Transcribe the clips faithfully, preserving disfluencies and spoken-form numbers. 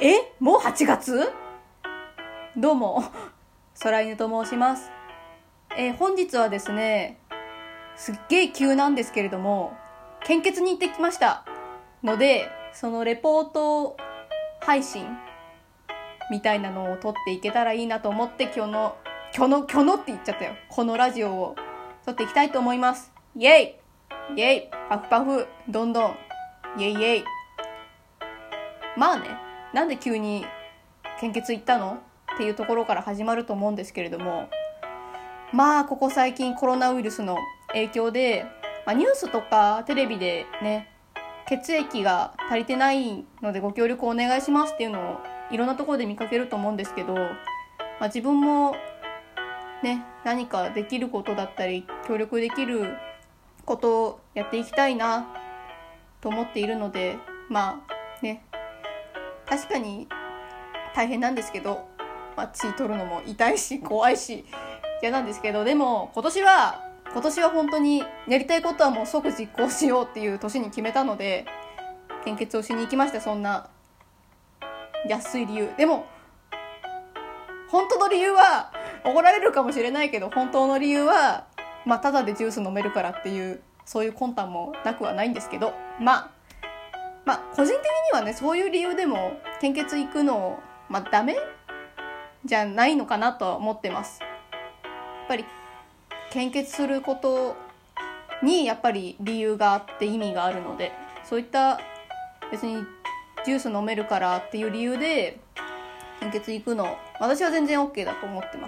えもうはちがつ？どうも空犬と申します。えー、本日はですね、すっげー急なんですけれども献血に行ってきましたので、そのレポート配信みたいなのを撮っていけたらいいなと思って、今日の今日の今日のって言っちゃったよこのラジオを撮っていきたいと思います。イエイイエイパフパフどんどんイエイイエイ。まあね、なんで急に献血行ったのっていうところから始まると思うんですけれども、まあここ最近コロナウイルスの影響で、まあ、ニュースとかテレビでね、血液が足りてないのでご協力お願いしますっていうのをいろんなところで見かけると思うんですけど、まあ、自分もね、何かできることだったり協力できることをやっていきたいなと思っているので、まあね、確かに大変なんですけど、まあ、血取るのも痛いし怖いし嫌なんですけど、でも今年は今年は本当にやりたいことはもう即実行しようっていう年に決めたので、献血をしに行きました。そんな安い理由でも、本当の理由は怒られるかもしれないけど、本当の理由はまあただでジュース飲めるからっていう、そういう魂胆もなくはないんですけど、まあまあ個人的にはね、そういう理由でも献血行くのまあダメじゃないのかなとは思ってます。やっぱり献血することにやっぱり理由があって意味があるので、そういった別にジュース飲めるからっていう理由で献血行くの、私は全然 OK だと思ってます。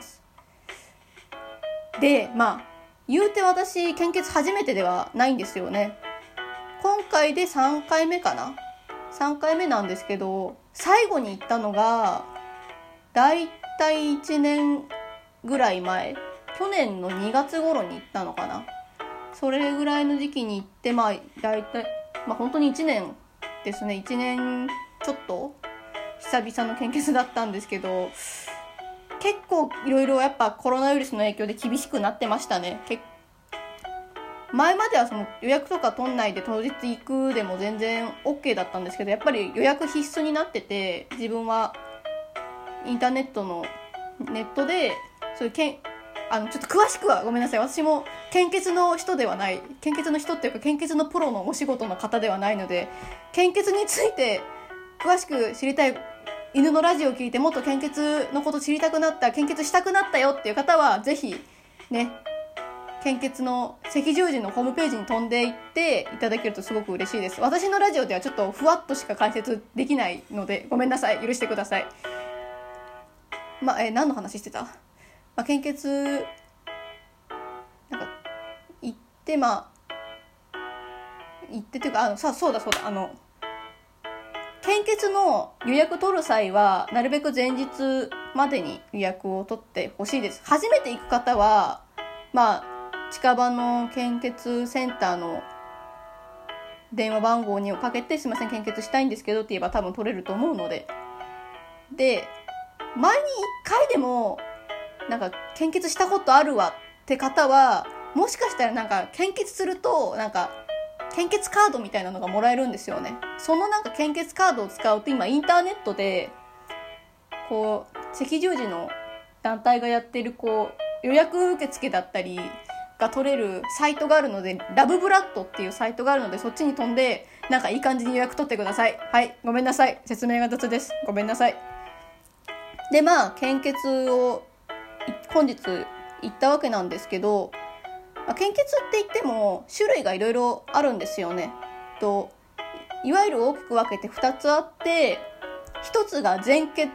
で、まあ言うて私献血初めてではないんですよね。今回でさんかいめかなさんかいめなんですけど、最後に行ったのがだいたいいちねんぐらい前、去年のにがつ頃に行ったのかな。それぐらいの時期に行って、まあだいたいまあ本当にいちねんですね。いちねんちょっと久々の献血だったんですけど、結構いろいろやっぱコロナウイルスの影響で厳しくなってましたね。結前まではその予約とか取んないで当日行くでも全然 OK だったんですけど、やっぱり予約必須になってて、自分はインターネットのネットでそういうけんあのちょっと詳しくはごめんなさい、私も献血の人ではない、献血の人っていうか献血のプロのお仕事の方ではないので、献血について詳しく知りたい、犬のラジオを聞いてもっと献血のこと知りたくなった、献血したくなったよっていう方はぜひね、献血の赤十字のホームページに飛んでいっていただけるとすごく嬉しいです。私のラジオではちょっとふわっとしか解説できないのでごめんなさい、許してください。まあ、えー、何の話してた、まあ、献血なんか行ってまあ行ってというか、あのさそうだそうだあの献血の予約取る際はなるべく前日までに予約を取ってほしいです。初めて行く方はまあ近場の献血センターの電話番号にかけて、すいません献血したいんですけどって言えば多分取れると思うので、で前にいっかいでもなんか献血したことあるわって方は、もしかしたらなんか献血するとなんか献血カードみたいなのがもらえるんですよね。そのなんか献血カードを使うと、今インターネットでこう赤十字の団体がやってるこう予約受付だったりが取れるサイトがあるので、ラブブラッドっていうサイトがあるので、そっちに飛んでなんかいい感じに予約取ってください。はい、ごめんなさい、説明が雑です、ごめんなさい。でまあ献血を本日行ったわけなんですけど、まあ、献血って言っても種類がいろいろあるんですよね。といわゆる大きく分けてふたつあって、ひとつが全血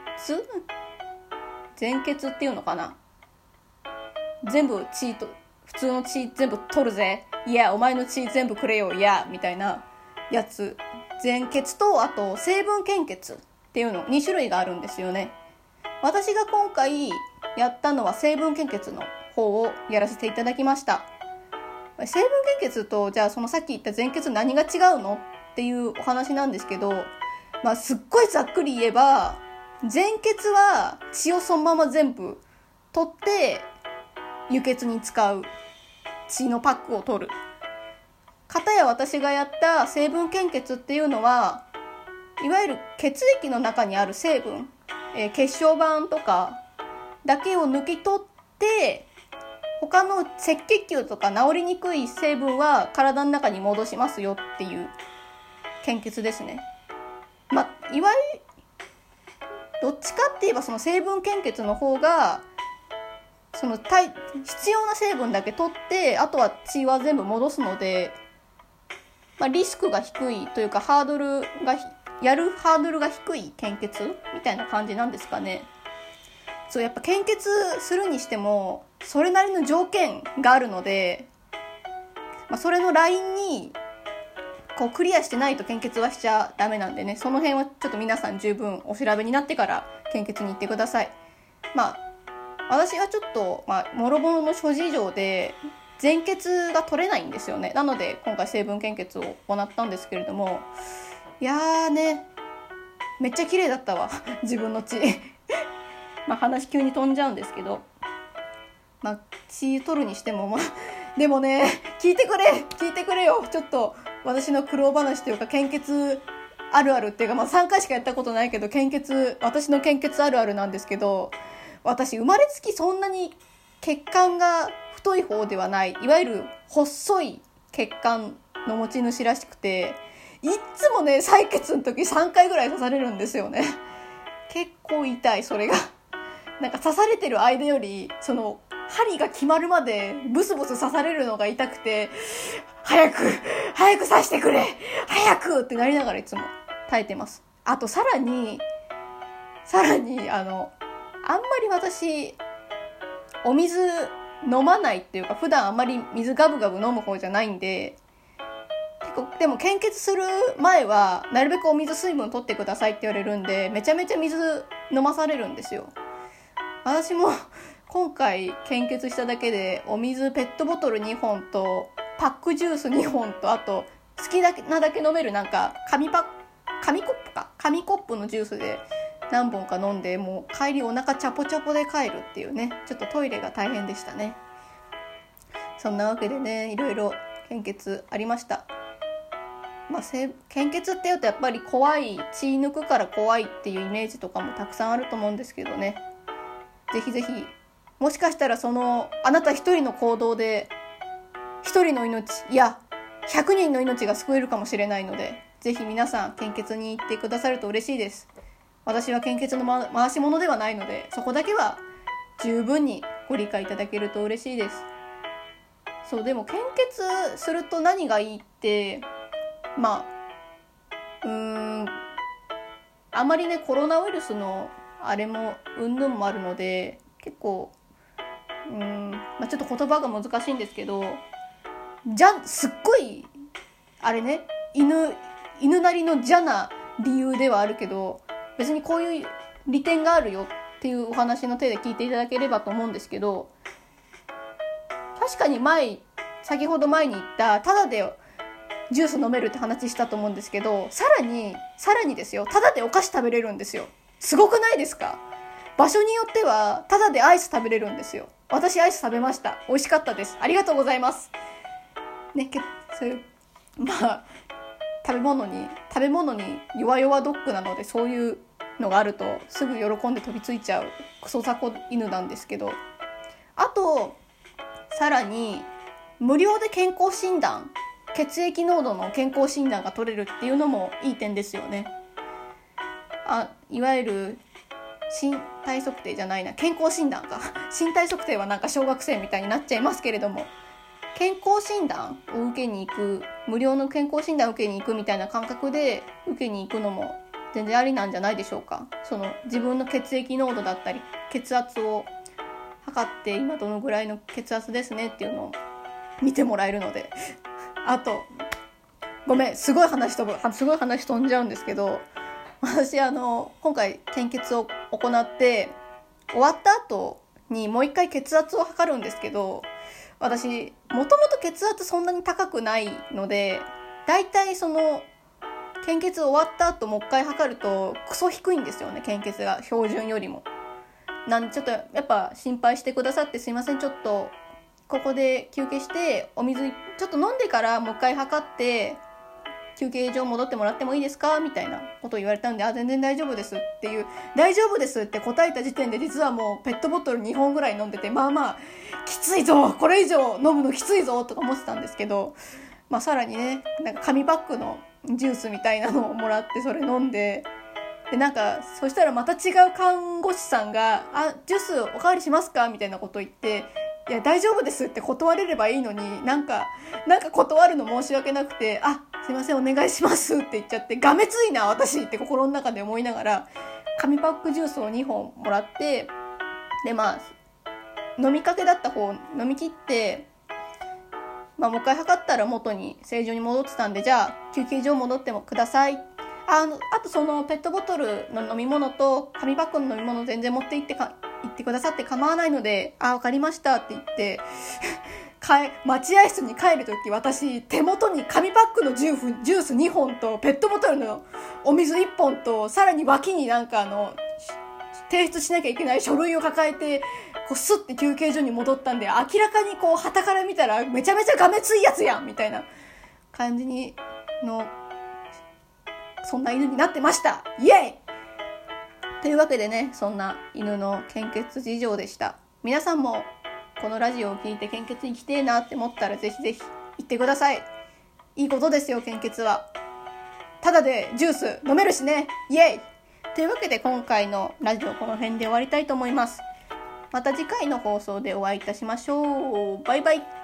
全血っていうのかな、全部血と普通の血全部取るぜ、いやお前の血全部くれよ、いやみたいなやつ、全血とあと成分献血っていうのに種類があるんですよね。私が今回やったのは成分献血の方をやらせていただきました。成分献血とじゃあそのさっき言った全血何が違うのっていうお話なんですけど、まあすっごいざっくり言えば、全血は血をそのまま全部取って輸血に使う血のパックを取る。かたや私がやった成分献血っていうのはいわゆる血液の中にある成分、えー、血小板とかだけを抜き取って他の赤血球とか治りにくい成分は体の中に戻しますよっていう献血ですね。まあいわゆるどっちかって言えばその成分献血の方がその必要な成分だけ取ってあとは血は全部戻すので、まあ、リスクが低いというかハードルがやるハードルが低い献血みたいな感じなんですかね。そうやっぱ献血するにしてもそれなりの条件があるので、まあ、それのラインにこうクリアしてないと献血はしちゃダメなんでね、その辺はちょっと皆さん十分お調べになってから献血に行ってください。まあ私はちょっと、まあ、もろもろの諸事情で全血が取れないんですよね。なので今回成分献血を行ったんですけれども、いやーねめっちゃ綺麗だったわ自分の血まあ話急に飛んじゃうんですけど、まあ血取るにしてもまあでもね聞いてくれ聞いてくれよ、ちょっと私の苦労話というか献血あるあるっていうか、まあさんかいしかやったことないけど献血私の献血あるあるなんですけど、私生まれつきそんなに血管が太い方ではない、いわゆる細い血管の持ち主らしくて、いっつもね採血の時さんかいぐらい刺されるんですよね。結構痛い。それがなんか刺されてる間よりその針が決まるまでブスブス刺されるのが痛くて、早く早く刺してくれ早くってなりながらいつも耐えてます。あとさらにさらにあのあんまり私お水飲まないっていうか普段あんまり水ガブガブ飲む方じゃないんで、結構でも献血する前はなるべくお水水分取ってくださいって言われるんで、めちゃめちゃ水飲まされるんですよ。私も今回献血しただけでお水ペットボトルにほんとパックジュースにほんと、あと好きなだけ飲めるなんか紙パ紙コップか紙コップのジュースで何本か飲んで、もう帰りお腹チャポチャポで帰るっていうね、ちょっとトイレが大変でしたね。そんなわけでねいろいろ献血ありました。まあ、献血っていうとやっぱり怖い、血抜くから怖いっていうイメージとかもたくさんあると思うんですけどね、ぜひぜひもしかしたらそのあなた一人の行動で一人の命いやひゃくにんの命が救えるかもしれないので、ぜひ皆さん献血に行ってくださると嬉しいです。私は献血の回し物ではないのでそこだけは十分にご理解いただけると嬉しいです。そうでも献血すると何がいいって、まあうーんあまりねコロナウイルスのあれもうんぬんもあるので結構うーん、まあ、ちょっと言葉が難しいんですけど、じゃすっごいあれね犬犬なりの邪な理由ではあるけど、別にこういう利点があるよっていうお話の手で聞いていただければと思うんですけど、確かに前先ほど前に言ったタダでジュース飲めるって話したと思うんですけど、さらにさらにですよ、タダでお菓子食べれるんですよ。すごくないですか？場所によってはタダでアイス食べれるんですよ。私アイス食べました。美味しかったです。ありがとうございますね。けそういうまあ食べ物に食べ物に弱々ドッグなので、そういうのがあるとすぐ喜んで飛びついちゃうクソ雑魚犬なんですけど、あとさらに無料で健康診断、血液濃度の健康診断が取れるっていうのもいい点ですよね。あ、いわゆる身体測定じゃないな、健康診断か身体測定はなんか小学生みたいになっちゃいますけれども、健康診断を受けに行く、無料の健康診断を受けに行くみたいな感覚で受けに行くのも全然ありなんじゃないでしょうか。その自分の血液濃度だったり血圧を測って今どのぐらいの血圧ですねっていうのを見てもらえるのであとごめんすごい話飛ぶすごい話飛んじゃうんですけど、私あの今回献血を行って終わった後にもう一回血圧を測るんですけど、私もともと血圧そんなに高くないので、だいたいその献血終わった後もう一回測るとクソ低いんですよね、献血が標準よりも。なんでちょっとやっぱ心配してくださってすいません、ちょっとここで休憩してお水ちょっと飲んでからもう一回測って休憩所戻ってもらってもいいですかみたいなことを言われたんで、あ、全然大丈夫ですっていう、大丈夫ですって答えた時点で実はもうペットボトルにほんぐらい飲んでて、まあまあきついぞ、これ以上飲むのきついぞとか思ってたんですけど、まあさらにね、なんか紙パックのジュースみたいなのをもらってそれ飲んで、でなんかそしたらまた違う看護師さんが、あ、ジュースおかわりしますかみたいなことを言って、いや大丈夫ですって断れればいいのに、なんかなんか断るの申し訳なくて、あ、すいませんお願いしますって言っちゃって、がめついな私って心の中で思いながら紙パックジュースをにほんもらって、でまあ飲みかけだった方飲み切って、まあもう一回測ったら元に正常に戻ってたんで、じゃあ休憩所戻ってもください、あのあとそのペットボトルの飲み物と紙パックの飲み物全然持って行ってか言ってくださって構わないので、あ、わかりましたって言って待合室に帰るとき、私手元に紙パックのジュース、ジュースにほんとペットボトルのお水いっぽんと、さらに脇になんかあの提出しなきゃいけない書類を抱えてこうスッて休憩所に戻ったんで、明らかにこう傍から見たらめちゃめちゃがめついやつやんみたいな感じにのそんな犬になってました。イエイというわけでね、そんな犬の献血事情でした。皆さんもこのラジオを聞いて献血に来てえなって思ったらぜひぜひ行ってください。いいことですよ、献血は。ただでジュース飲めるしね。イエイというわけで今回のラジオこの辺で終わりたいと思います。また次回の放送でお会いいたしましょう。バイバイ。